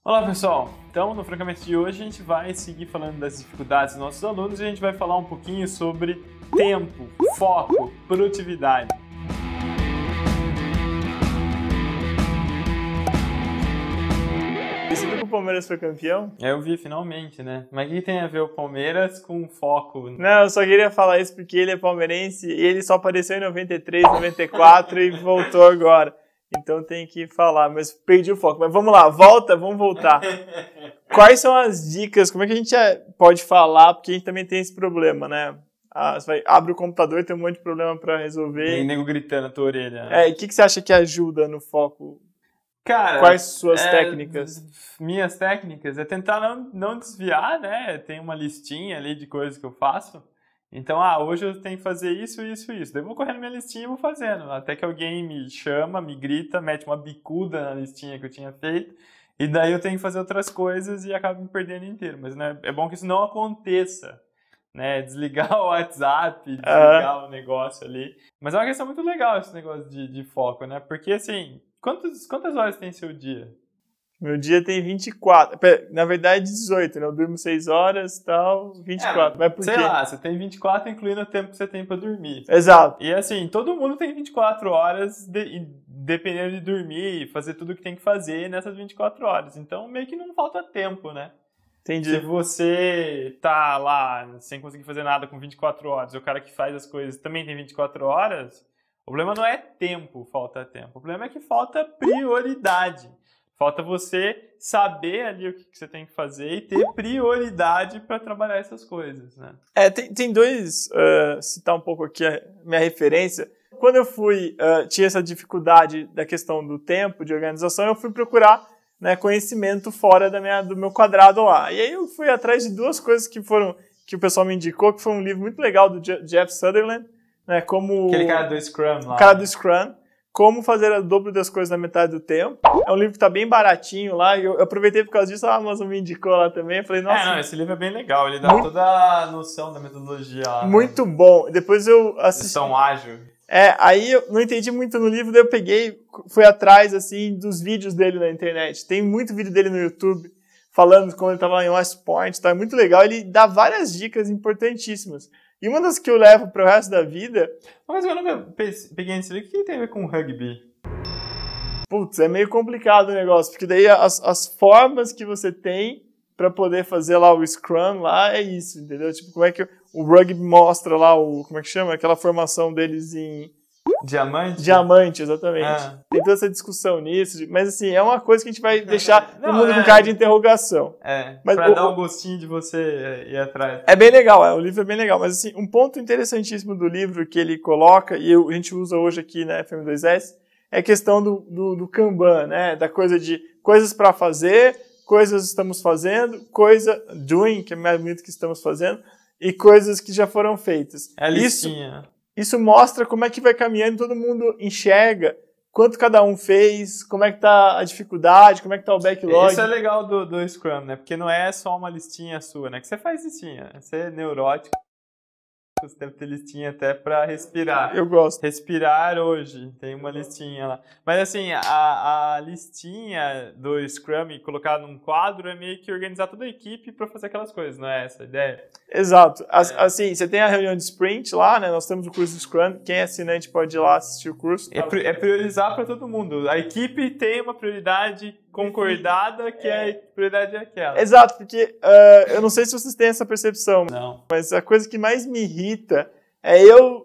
Olá pessoal, então no Francamente de hoje a gente vai seguir falando das dificuldades dos nossos alunos e a gente vai falar um pouquinho sobre tempo, foco, produtividade. Você viu que o Palmeiras foi campeão? Eu vi finalmente, né? Mas o que tem a ver o Palmeiras com foco? Não, eu só queria falar isso porque ele é palmeirense e ele só apareceu em 93, 94 e voltou agora. Então tem que falar, mas perdi o foco. Mas vamos lá, vamos voltar. Quais são as dicas? Como é que a gente pode falar? Porque a gente também tem esse problema, né? Você abre o computador e tem um monte de problema para resolver. Tem nego gritando na tua orelha. E o que você acha que ajuda no foco? Cara, quais suas técnicas? Minhas técnicas é tentar não desviar, né? Tem uma listinha ali de coisas que eu faço. Então, hoje eu tenho que fazer isso. Daí eu vou correndo minha listinha e vou fazendo. Até que alguém me chama, me grita, mete uma bicuda na listinha que eu tinha feito. E daí eu tenho que fazer outras coisas e acabo me perdendo inteiro. Mas né, é bom que isso não aconteça. Né? Desligar o WhatsApp, desligar o negócio ali. Mas é uma questão muito legal esse negócio de foco, né? Porque assim, quantas horas tem seu dia? Meu dia tem 24. Na verdade, 18, né? Eu durmo 6 horas e tal, 24. Mas por sei quê? lá, você tem 24 incluindo o tempo que você tem pra dormir. Exato. E assim, todo mundo tem 24 horas dependendo de dormir e fazer tudo o que tem que fazer nessas 24 horas. Então, meio que não falta tempo, né? Entendi. Se você tá lá sem conseguir fazer nada com 24 horas e o cara que faz as coisas também tem 24 horas, o problema não é tempo, falta tempo. O problema é que falta prioridade. Falta você saber ali o que você tem que fazer e ter prioridade para trabalhar essas coisas, né? Tem dois, citar um pouco aqui a minha referência. Quando eu tinha essa dificuldade da questão do tempo, de organização, eu fui procurar, né, conhecimento fora do meu quadrado lá. E aí eu fui atrás de duas coisas que o pessoal me indicou, que foi um livro muito legal do Jeff Sutherland, né, como... Aquele cara do Scrum lá. O cara do Scrum. Como fazer o dobro das coisas na metade do tempo. É um livro que tá bem baratinho lá, e eu aproveitei por causa disso, a Amazon me indicou lá também, eu falei, nossa... esse livro é bem legal, ele dá toda a noção da metodologia lá. Muito bom. Depois eu assisti... Gestão ágil. Aí eu não entendi muito no livro, daí eu fui atrás, assim, dos vídeos dele na internet. Tem muito vídeo dele no YouTube, falando como ele tava em West Point, tá? É muito legal, ele dá várias dicas importantíssimas. E uma das que eu levo pro resto da vida... Mas eu nunca peguei nesse livro, o que tem a ver com rugby? Putz, é meio complicado o negócio, porque daí as formas que você tem para poder fazer lá o Scrum lá é isso, entendeu? Tipo, como é que o rugby mostra lá como é que chama? Aquela formação deles em... Diamante? Diamante, exatamente. Tem toda essa discussão nisso, mas assim, é uma coisa que a gente vai deixar no mundo com cara de interrogação. Mas pra dar um gostinho de você ir atrás. É bem legal, o livro é bem legal, mas assim, um ponto interessantíssimo do livro que ele coloca, e a gente usa hoje aqui na FM2S, é a questão do Kanban, né? Da coisa de coisas para fazer, coisas estamos fazendo, doing, que é mais bonito que estamos fazendo, e coisas que já foram feitas. É a listinha. Isso mostra como é que vai caminhando, todo mundo enxerga quanto cada um fez, como é que tá a dificuldade, como é que tá o backlog. Isso é legal do Scrum, né? Porque não é só uma listinha sua, né? Que você faz listinha, você é neurótico, você deve ter listinha até pra respirar. Eu gosto. Respirar hoje, tem uma listinha lá. Mas assim, a listinha do Scrum e colocar num quadro é meio que organizar toda a equipe pra fazer aquelas coisas, não é essa a ideia? Exato. Assim, você tem a reunião de sprint lá, né? Nós temos o curso do Scrum. Quem é assinante pode ir lá assistir o curso. É priorizar para todo mundo. A equipe tem uma prioridade concordada, que a prioridade é aquela. Exato, porque eu não sei se vocês têm essa percepção. Não. Mas a coisa que mais me irrita é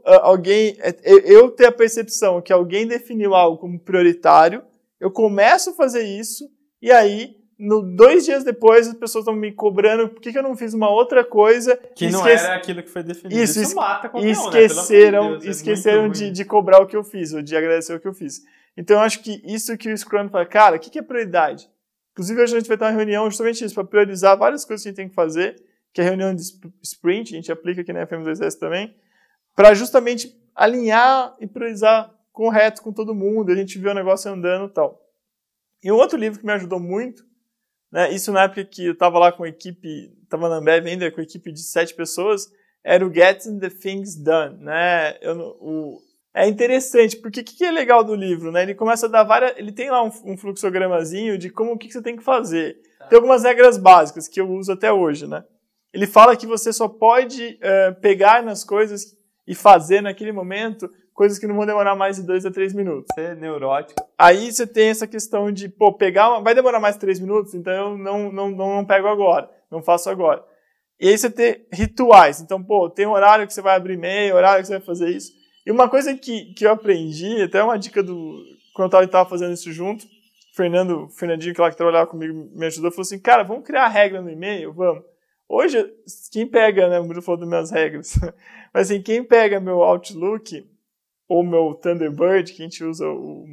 eu ter a percepção que alguém definiu algo como prioritário, eu começo a fazer isso, e aí 2 dias depois as pessoas estão me cobrando por que eu não fiz uma outra coisa. Que não era aquilo que foi definido. Isso mata qualquer e esqueceram de cobrar o que eu fiz, ou de agradecer o que eu fiz. Então eu acho que isso que o Scrum fala, cara, o que é prioridade? Inclusive hoje a gente vai ter uma reunião justamente isso, para priorizar várias coisas que a gente tem que fazer, que é a reunião de sprint, a gente aplica aqui na FM2S também, para justamente alinhar e priorizar correto com todo mundo, a gente vê o negócio andando e tal. E um outro livro que me ajudou muito, né, isso na época que eu estava lá com a equipe, estava na Ambev ainda, com a equipe de 7 pessoas, era o Getting the Things Done, né? É interessante, porque o que é legal do livro, né? Ele começa a dar ele tem lá um fluxogramazinho de o que você tem que fazer. Tem algumas regras básicas que eu uso até hoje, né? Ele fala que você só pode pegar nas coisas e fazer naquele momento coisas que não vão demorar mais de 2 a 3 minutos. Você é neurótico. Aí você tem essa questão de, vai demorar mais de 3 minutos, então eu não pego agora, não faço agora. E aí você tem rituais. Então, tem um horário que você vai abrir e-mail, horário que você vai fazer isso. E uma coisa que eu aprendi, até uma dica quando eu estava fazendo isso junto, Fernandinho, que trabalhava comigo, me ajudou, falou assim, cara, vamos criar regra no e-mail? Vamos. Hoje, quem pega, né, o Bruno falou das minhas regras, mas assim, quem pega meu Outlook ou meu Thunderbird, que a gente usa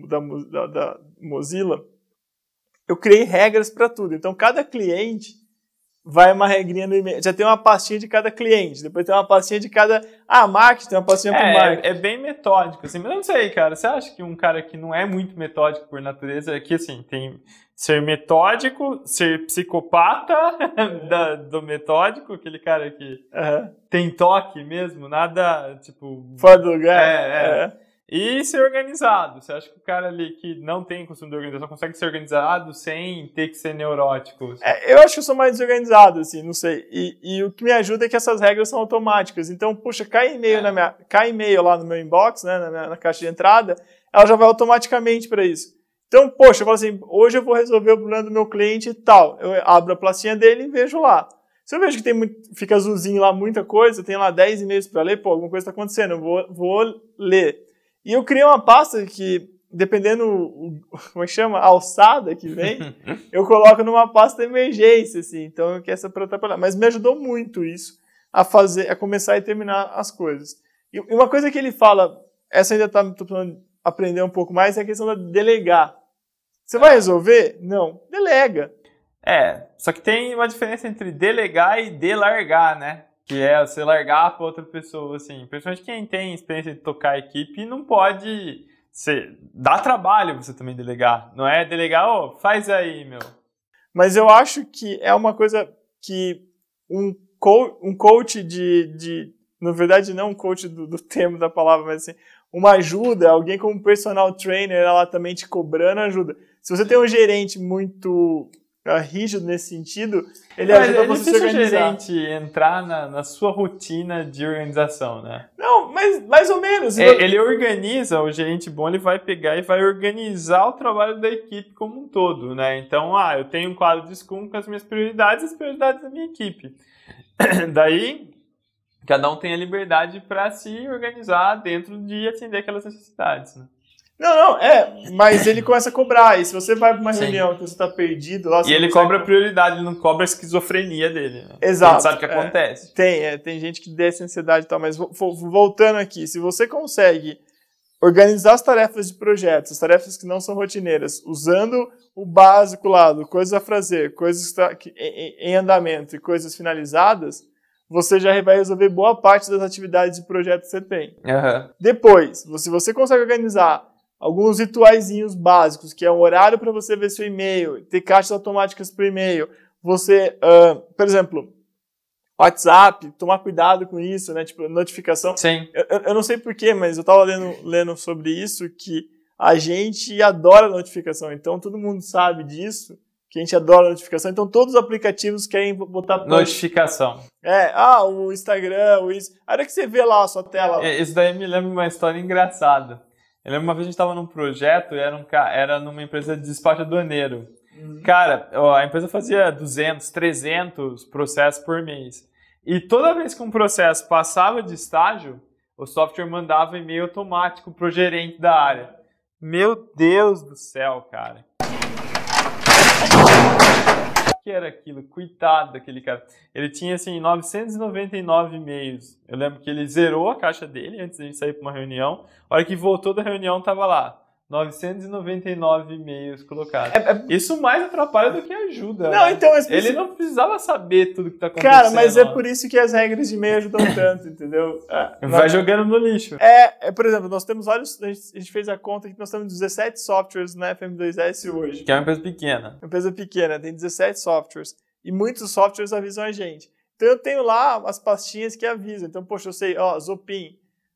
da Mozilla, eu criei regras para tudo. Então, cada cliente vai uma regrinha no e-mail. Já tem uma pastinha de cada cliente, depois tem uma pastinha de cada... marketing, tem uma pastinha pro marketing. É bem metódico, assim, mas eu não sei, cara, você acha que um cara que não é muito metódico por natureza, é que, assim, tem ser metódico, ser psicopata do metódico, aquele cara que tem toque mesmo, nada, tipo... Fora do lugar. E ser organizado. Você acha que o cara ali que não tem costume de organização consegue ser organizado sem ter que ser neurótico? Eu acho que eu sou mais desorganizado, assim, não sei. E o que me ajuda é que essas regras são automáticas. Então, cai e-mail lá no meu inbox, né, na caixa de entrada, ela já vai automaticamente para isso. Então, eu falo assim, hoje eu vou resolver o problema do meu cliente e tal. Eu abro a pastinha dele e vejo lá. Se eu vejo que fica azulzinho lá muita coisa, tem lá 10 e-mails para ler, alguma coisa está acontecendo, eu vou ler. E eu criei uma pasta que, dependendo, como é que chama? A alçada que vem, eu coloco numa pasta emergência, assim. Então, eu quero essa para atrapalhar. Mas me ajudou muito isso a começar e terminar as coisas. E uma coisa que ele fala, essa ainda estou precisando aprender um pouco mais, é a questão de delegar. Você vai resolver? Não. Delega. Só que tem uma diferença entre delegar e delargar, né? Que é você largar para outra pessoa, assim. Principalmente quem tem experiência de tocar a equipe não pode... Dá trabalho você também delegar. Não é delegar, faz aí, meu. Mas eu acho que é uma coisa que um coach na verdade, não um coach do termo da palavra, mas assim, uma ajuda, alguém como personal trainer, ela também te cobrando ajuda. Se você tem um gerente muito... rígido nesse sentido, ele ajuda você a se organizar. É difícil o gerente entrar na sua rotina de organização, né? Não, mas mais ou menos. Ele organiza, o gerente bom, ele vai pegar e vai organizar o trabalho da equipe como um todo, né? Então, eu tenho um quadro de Scrum com as minhas prioridades e as prioridades da minha equipe. Daí, cada um tem a liberdade para se organizar dentro de atender aquelas necessidades, né? Não, mas ele começa a cobrar. E se você vai para uma reunião que você está perdido lá... E ele cobra a prioridade, ele não cobra a esquizofrenia dele, né? Exato. A gente sabe o que acontece. Tem gente que desce ansiedade e tal, mas voltando aqui, se você consegue organizar as tarefas de projetos, as tarefas que não são rotineiras, usando o básico lá, coisas a fazer, coisas em andamento e coisas finalizadas, você já vai resolver boa parte das atividades de projeto que você tem. Depois, se você consegue organizar alguns rituaizinhos básicos, que é um horário para você ver seu e-mail, ter caixas automáticas para e-mail, você, por exemplo, WhatsApp, tomar cuidado com isso, né? Tipo, notificação. Sim. Eu não sei porquê, mas eu estava lendo sobre isso, que a gente adora notificação. Então, todo mundo sabe disso, que a gente adora notificação. Então, todos os aplicativos querem botar... Notificação. O Instagram, a hora que você vê lá a sua tela... Isso daí me lembra uma história engraçada. Eu lembro uma vez a gente estava num projeto, era numa empresa de despacho aduaneiro. Cara, a empresa fazia 200, 300 processos por mês. E toda vez que um processo passava de estágio, o software mandava e-mail automático pro gerente da área. Meu Deus do céu, cara. O que era aquilo? Coitado daquele cara. Ele tinha, assim, 999 e-mails. Eu lembro que ele zerou a caixa dele antes de a gente sair para uma reunião. A hora que voltou da reunião, tava lá. 999 e-mails colocados. Isso mais atrapalha do que ajuda. Não, né? Então... Ele não precisava saber tudo que tá acontecendo. Cara, mas é por isso que as regras de e-mail ajudam tanto, entendeu? Vai jogando no lixo. Por exemplo, nós temos vários... A gente fez a conta que nós temos 17 softwares na FM2S hoje. Que é uma empresa pequena. Uma empresa pequena, tem 17 softwares. E muitos softwares avisam a gente. Então eu tenho lá as pastinhas que avisam. Então, poxa, eu sei, Zopin,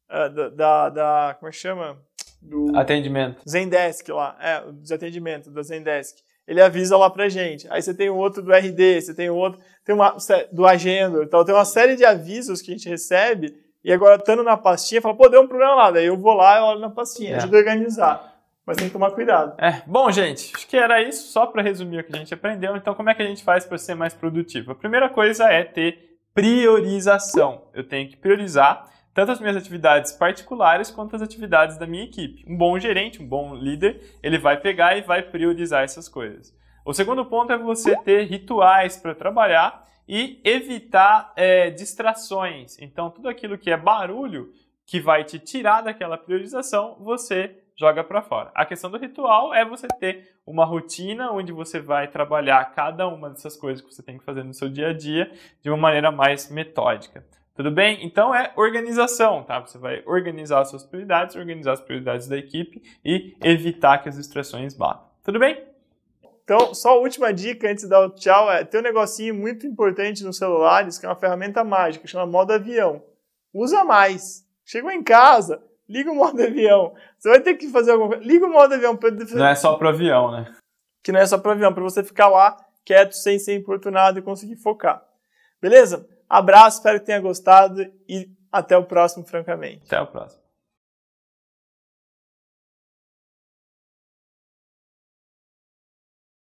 como é que chama? Do atendimento. Zendesk lá, dos atendimentos, do Zendesk. Ele avisa lá pra gente. Aí você tem o outro do RD, você tem o outro, tem uma do Agenda, então tem uma série de avisos que a gente recebe, e agora estando na pastinha, fala, pô, deu um problema lá, daí eu vou lá e olho na pastinha, ajuda a organizar. Mas tem que tomar cuidado. Bom, gente, acho que era isso, só para resumir o que a gente aprendeu. Então, como é que a gente faz para ser mais produtivo? A primeira coisa é ter priorização. Eu tenho que priorizar tanto as minhas atividades particulares quanto as atividades da minha equipe. Um bom gerente, um bom líder, ele vai pegar e vai priorizar essas coisas. O segundo ponto é você ter rituais para trabalhar e evitar distrações. Então, tudo aquilo que é barulho, que vai te tirar daquela priorização, você joga para fora. A questão do ritual é você ter uma rotina onde você vai trabalhar cada uma dessas coisas que você tem que fazer no seu dia a dia de uma maneira mais metódica. Tudo bem? Então é organização, tá? Você vai organizar as suas prioridades, organizar as prioridades da equipe e evitar que as distrações batam. Tudo bem? Então, só a última dica antes de dar o tchau ter um negocinho muito importante nos celulares, que é uma ferramenta mágica, chama modo avião. Usa mais. Chegou em casa, liga o modo avião. Você vai ter que fazer alguma coisa. Liga o modo avião. Não é só para avião, né? Que não é só para avião, para você ficar lá quieto, sem ser importunado e conseguir focar. Beleza? Abraço, espero que tenha gostado e até o próximo, francamente. Até o próximo.